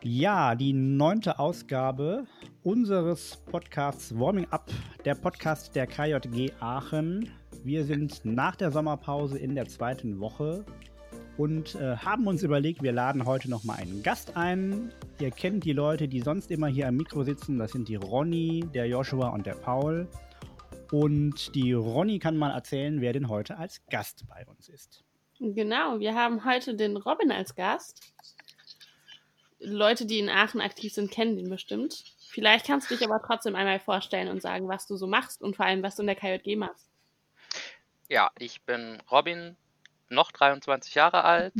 Ja, die 9. Ausgabe unseres Podcasts Warming Up, der Podcast der KJG Aachen. Wir sind nach der Sommerpause in der 2. Woche und haben uns überlegt, wir laden heute nochmal einen Gast ein. Ihr kennt die Leute, die sonst immer hier am Mikro sitzen. Das sind die Ronny, der Joshua und der Paul. Und die Ronny kann mal erzählen, wer denn heute als Gast bei uns ist. Genau, wir haben heute den Robin als Gast. Leute, die in Aachen aktiv sind, kennen den bestimmt. Vielleicht kannst du dich aber trotzdem einmal vorstellen und sagen, was du so machst und vor allem, was du in der KJG machst. Ja, ich bin Robin, noch 23 Jahre alt,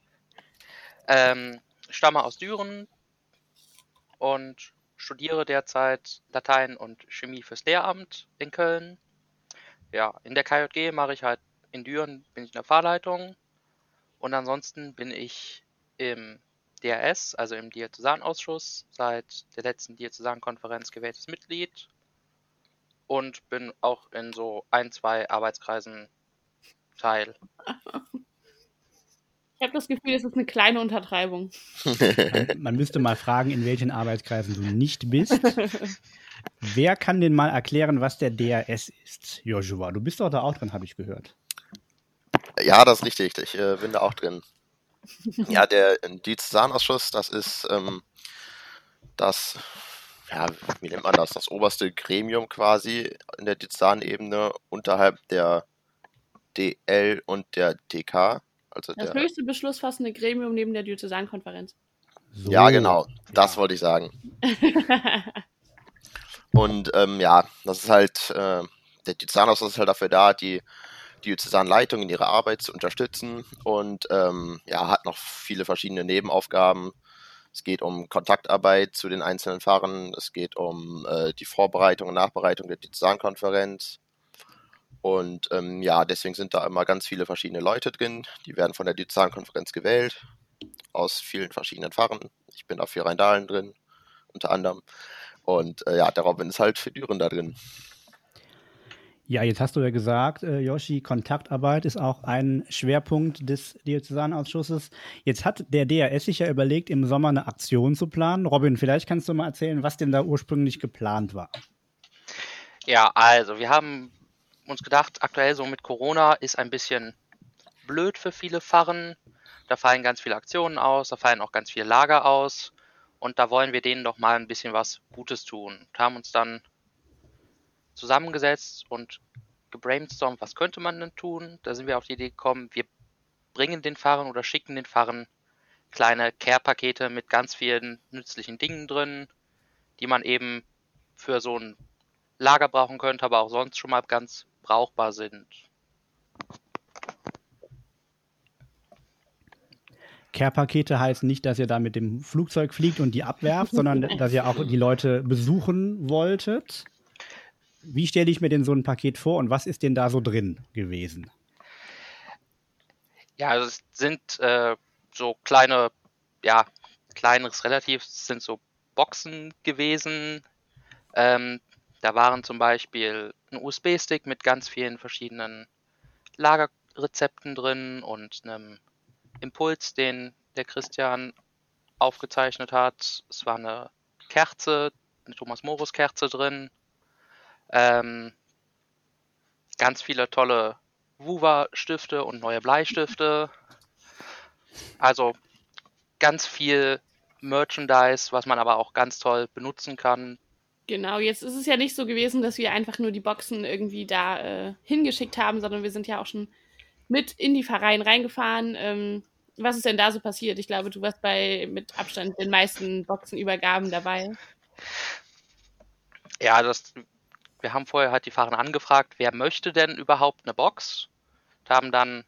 stamme aus Düren und studiere derzeit Latein und Chemie fürs Lehramt in Köln. Ja, in der KJG mache ich halt in Düren, bin ich in der Fahrleitung und ansonsten bin ich im DRS, also im Diözesanausschuss, seit der letzten Diözesankonferenz gewähltes Mitglied und bin auch in so 1-2 Arbeitskreisen Teil. Ich habe das Gefühl, es ist eine kleine Untertreibung. Man müsste mal fragen, in welchen Arbeitskreisen du nicht bist. Wer kann denn mal erklären, was der DRS ist? Joshua, du bist doch da auch drin, habe ich gehört. Ja, das ist richtig. Ich bin da auch drin. Ja, der Diözesanausschuss, das ist das, ja, wie nennt man das? Das oberste Gremium quasi in der Diözesanebene unterhalb der DL und der TK. Also das höchste beschlussfassende Gremium neben der Diözesankonferenz. So, ja, genau. Das ja. wollte ich sagen. Und ja, das ist halt, der Diözesanausschuss ist halt dafür da, die Diözesanleitung in ihrer Arbeit zu unterstützen und ja, hat noch viele verschiedene Nebenaufgaben. Es geht um Kontaktarbeit zu den einzelnen Pfarren, es geht um die Vorbereitung und Nachbereitung der Diözesankonferenz. Und ja, deswegen sind da immer ganz viele verschiedene Leute drin. Die werden von der Diözesankonferenz gewählt, aus vielen verschiedenen Pfarren. Ich bin auch für Rheindahlen drin, unter anderem. Und ja, der Robin ist halt für Düren da drin. Ja, jetzt hast du ja gesagt, Joshi, Kontaktarbeit ist auch ein Schwerpunkt des Diözesanausschusses. Jetzt hat der DRS sich ja überlegt, im Sommer eine Aktion zu planen. Robin, vielleicht kannst du mal erzählen, was denn da ursprünglich geplant war. Ja, also wir haben uns gedacht, aktuell so mit Corona ist ein bisschen blöd für viele Pfarren. Da fallen ganz viele Aktionen aus, da fallen auch ganz viele Lager aus. Und da wollen wir denen doch mal ein bisschen was Gutes tun. Und haben uns dann zusammengesetzt und gebrainstormt, was könnte man denn tun. Da sind wir auf die Idee gekommen, wir bringen den Pfarrern oder schicken den Pfarrern kleine Care-Pakete mit ganz vielen nützlichen Dingen drin, die man eben für so ein Lager brauchen könnte, aber auch sonst schon mal ganz brauchbar sind. Care-Pakete heißt nicht, dass ihr da mit dem Flugzeug fliegt und die abwerft, sondern dass ihr auch die Leute besuchen wolltet. Wie stelle ich mir denn so ein Paket vor und was ist denn da so drin gewesen? Ja, also es sind so kleine, ja, kleineres relativ, es sind so Boxen gewesen. Da waren zum Beispiel ein USB-Stick mit ganz vielen verschiedenen Lagerrezepten drin und einem Impuls, den der Christian aufgezeichnet hat. Es war eine Kerze, eine Thomas-Morus-Kerze drin. Ganz viele tolle Wuva-Stifte und neue Bleistifte. Also ganz viel Merchandise, was man aber auch ganz toll benutzen kann. Genau, jetzt ist es ja nicht so gewesen, dass wir einfach nur die Boxen irgendwie da hingeschickt haben, sondern wir sind ja auch schon mit in die Pfarreien reingefahren. Was ist denn da so passiert? Ich glaube, du warst bei mit Abstand den meisten Boxenübergaben dabei. Ja, wir haben vorher halt die Fahrer angefragt, wer möchte denn überhaupt eine Box? Haben dann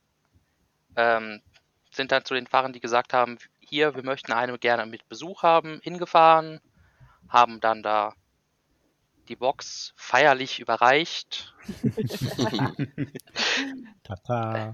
sind dann zu den Fahrern, die gesagt haben, hier, wir möchten eine gerne mit Besuch haben, hingefahren, haben dann da die Box feierlich überreicht. Tata.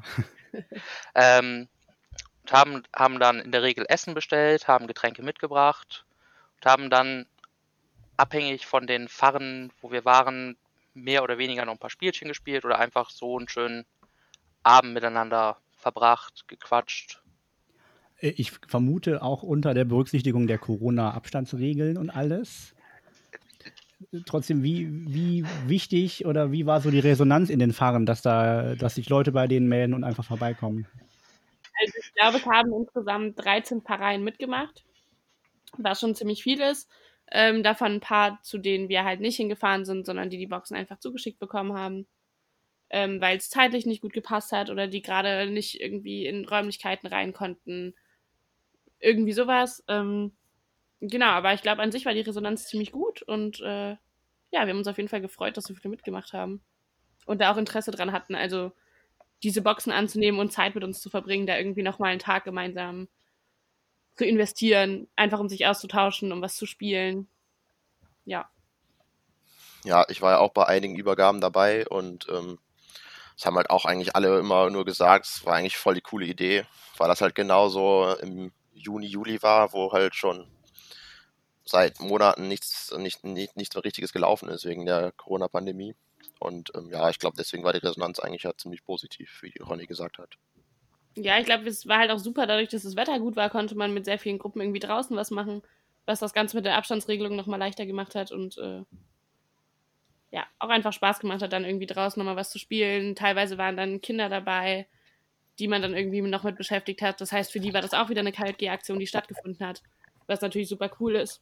Haben dann in der Regel Essen bestellt, haben Getränke mitgebracht und haben dann abhängig von den Pfarren, wo wir waren, mehr oder weniger noch ein paar Spielchen gespielt oder einfach so einen schönen Abend miteinander verbracht, gequatscht. Ich vermute auch unter der Berücksichtigung der Corona-Abstandsregeln und alles. Trotzdem, wie wichtig oder wie war so die Resonanz in den Pfarren, dass sich Leute bei denen melden und einfach vorbeikommen? Also ich glaube, es haben insgesamt 13 Pfarreien mitgemacht, was schon ziemlich viel ist. Davon ein paar, zu denen wir halt nicht hingefahren sind, sondern die Boxen einfach zugeschickt bekommen haben, weil es zeitlich nicht gut gepasst hat oder die gerade nicht irgendwie in Räumlichkeiten rein konnten. Irgendwie sowas. Genau, aber ich glaube, an sich war die Resonanz ziemlich gut und ja, wir haben uns auf jeden Fall gefreut, dass so viele mitgemacht haben und da auch Interesse dran hatten, also diese Boxen anzunehmen und Zeit mit uns zu verbringen, da irgendwie nochmal einen Tag gemeinsam zu investieren, einfach um sich auszutauschen, um was zu spielen. Ja. Ja, ich war ja auch bei einigen Übergaben dabei und es haben halt auch eigentlich alle immer nur gesagt, es war eigentlich voll die coole Idee, weil das halt genauso im Juni, Juli war, wo halt schon seit Monaten nichts mehr Richtiges gelaufen ist wegen der Corona-Pandemie. Und ja, ich glaube, deswegen war die Resonanz eigentlich ja ziemlich positiv, wie Ronny gesagt hat. Ja, ich glaube, es war halt auch super, dadurch, dass das Wetter gut war, konnte man mit sehr vielen Gruppen irgendwie draußen was machen, was das Ganze mit der Abstandsregelung nochmal leichter gemacht hat und ja, auch einfach Spaß gemacht hat, dann irgendwie draußen nochmal was zu spielen. Teilweise waren dann Kinder dabei, die man dann irgendwie noch mit beschäftigt hat. Das heißt, für die war das auch wieder eine KJG-Aktion, die stattgefunden hat, was natürlich super cool ist.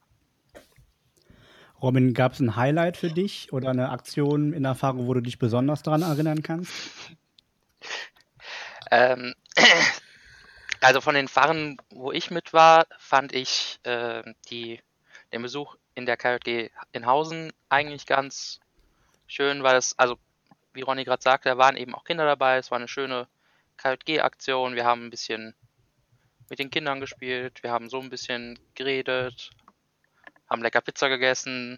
Robin, gab es ein Highlight für dich oder eine Aktion in der Erfahrung, wo du dich besonders daran erinnern kannst? Also von den Pfarren, wo ich mit war, fand ich den Besuch in der KJG in Hausen eigentlich ganz schön, weil es, also wie Ronny gerade sagte, da waren eben auch Kinder dabei, es war eine schöne KJG-Aktion, wir haben ein bisschen mit den Kindern gespielt, wir haben so ein bisschen geredet, haben lecker Pizza gegessen.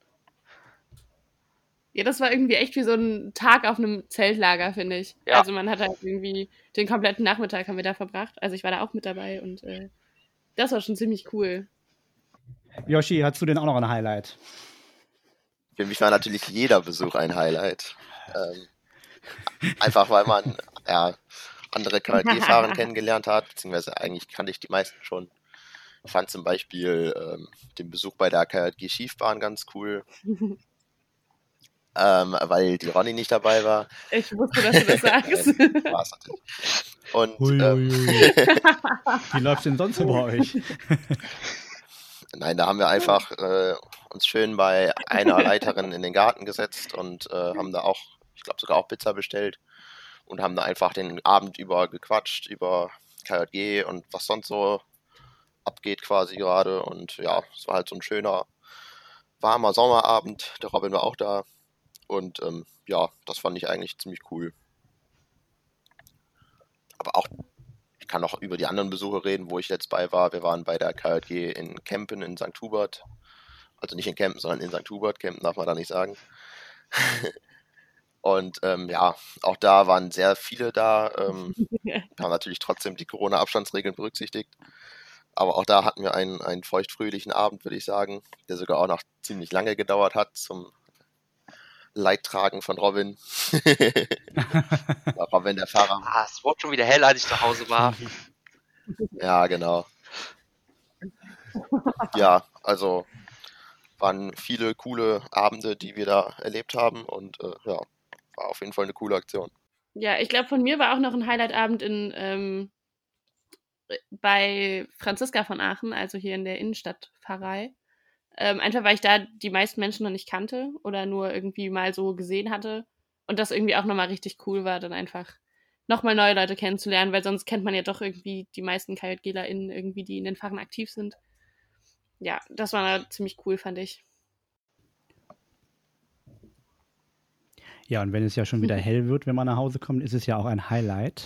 Ja, das war irgendwie echt wie so ein Tag auf einem Zeltlager, finde ich. Ja. Also man hat halt irgendwie den kompletten Nachmittag haben wir da verbracht. Also ich war da auch mit dabei und das war schon ziemlich cool. Yoshi, hast du denn auch noch ein Highlight? Für mich war natürlich jeder Besuch ein Highlight. Einfach weil man andere KJG-Fahrer kennengelernt hat, beziehungsweise eigentlich kannte ich die meisten schon. Ich fand zum Beispiel den Besuch bei der KJG Schiefbahn ganz cool, weil die Ronny nicht dabei war. Ich wusste, dass du das sagst. War's natürlich. Und Wie läuft's denn sonst so bei euch? Nein, da haben wir einfach uns schön bei einer Leiterin in den Garten gesetzt und haben da auch, ich glaube sogar auch Pizza bestellt und haben da einfach den Abend über gequatscht über KJG und was sonst so abgeht quasi gerade. Und ja, es war halt so ein schöner, warmer Sommerabend. Der Robin war auch da. Und ja, das fand ich eigentlich ziemlich cool. Aber auch, ich kann noch über die anderen Besuche reden, wo ich jetzt bei war. Wir waren bei der KJG in Kempen in St. Hubert. Also nicht in Kempen, sondern in St. Hubert. Kempen darf man da nicht sagen. Und ja, auch da waren sehr viele da. Wir haben natürlich trotzdem die Corona-Abstandsregeln berücksichtigt. Aber auch da hatten wir einen feuchtfröhlichen Abend, würde ich sagen, der sogar auch noch ziemlich lange gedauert hat zum Leidtragen von Robin. Robin, der Fahrer. Es wurde schon wieder hell, als ich zu Hause war. Ja, genau. Ja, also waren viele coole Abende, die wir da erlebt haben und ja, war auf jeden Fall eine coole Aktion. Ja, ich glaube, von mir war auch noch ein Highlight-Abend bei Franziska von Aachen, also hier in der Innenstadtpfarrei. Einfach, weil ich da die meisten Menschen noch nicht kannte oder nur irgendwie mal so gesehen hatte und das irgendwie auch nochmal richtig cool war, dann einfach nochmal neue Leute kennenzulernen, weil sonst kennt man ja doch irgendwie die meisten KJGlerInnen irgendwie, die in den Pfarren aktiv sind. Ja, das war ziemlich cool, fand ich. Ja, und wenn es ja schon wieder hell wird, wenn man nach Hause kommt, ist es ja auch ein Highlight.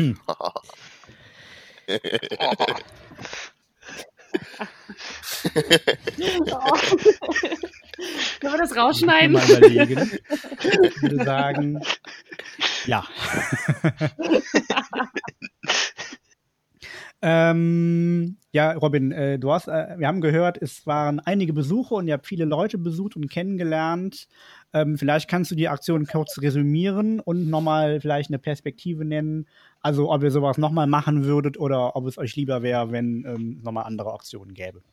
Können wir das rausschneiden? Mal überlegen. Ich würde sagen, ja. Ja, Robin, wir haben gehört, es waren einige Besuche und ihr habt viele Leute besucht und kennengelernt. Vielleicht kannst du die Aktion kurz resümieren und nochmal vielleicht eine Perspektive nennen. Also ob ihr sowas nochmal machen würdet oder ob es euch lieber wäre, wenn es nochmal andere Aktionen gäbe.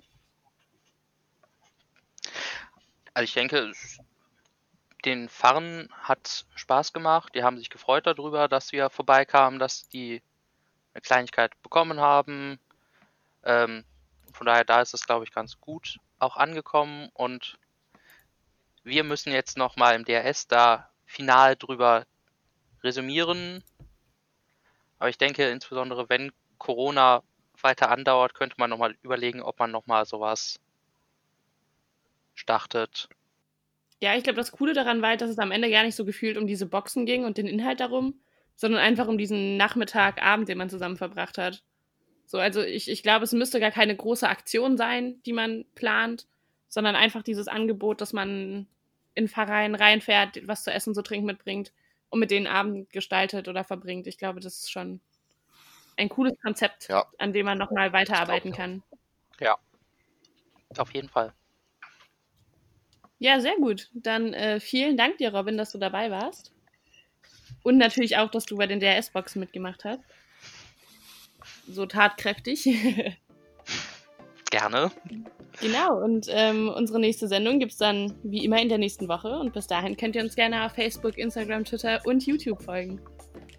Also ich denke, den Fahrern hat Spaß gemacht. Die haben sich gefreut darüber, dass wir vorbeikamen, dass die eine Kleinigkeit bekommen haben. Von daher, da ist es, glaube ich, ganz gut auch angekommen. Und wir müssen jetzt nochmal im DRS da final drüber resümieren. Aber ich denke, insbesondere wenn Corona weiter andauert, könnte man nochmal überlegen, ob man nochmal sowas startet. Ja, ich glaube, das Coole daran war, dass es am Ende gar nicht so gefühlt um diese Boxen ging und den Inhalt darum, sondern einfach um diesen Nachmittag, Abend, den man zusammen verbracht hat. So, also ich glaube, es müsste gar keine große Aktion sein, die man plant, sondern einfach dieses Angebot, dass man in Verein reinfährt, was zu essen, zu trinken mitbringt und mit denen Abend gestaltet oder verbringt. Ich glaube, das ist schon ein cooles Konzept, Ja. an dem man nochmal weiterarbeiten kann. Ja, auf jeden Fall. Ja, sehr gut. Dann vielen Dank dir, Robin, dass du dabei warst. Und natürlich auch, dass du bei den DRS-Boxen mitgemacht hast. So tatkräftig. Gerne. Genau, und unsere nächste Sendung gibt es dann wie immer in der nächsten Woche. Und bis dahin könnt ihr uns gerne auf Facebook, Instagram, Twitter und YouTube folgen.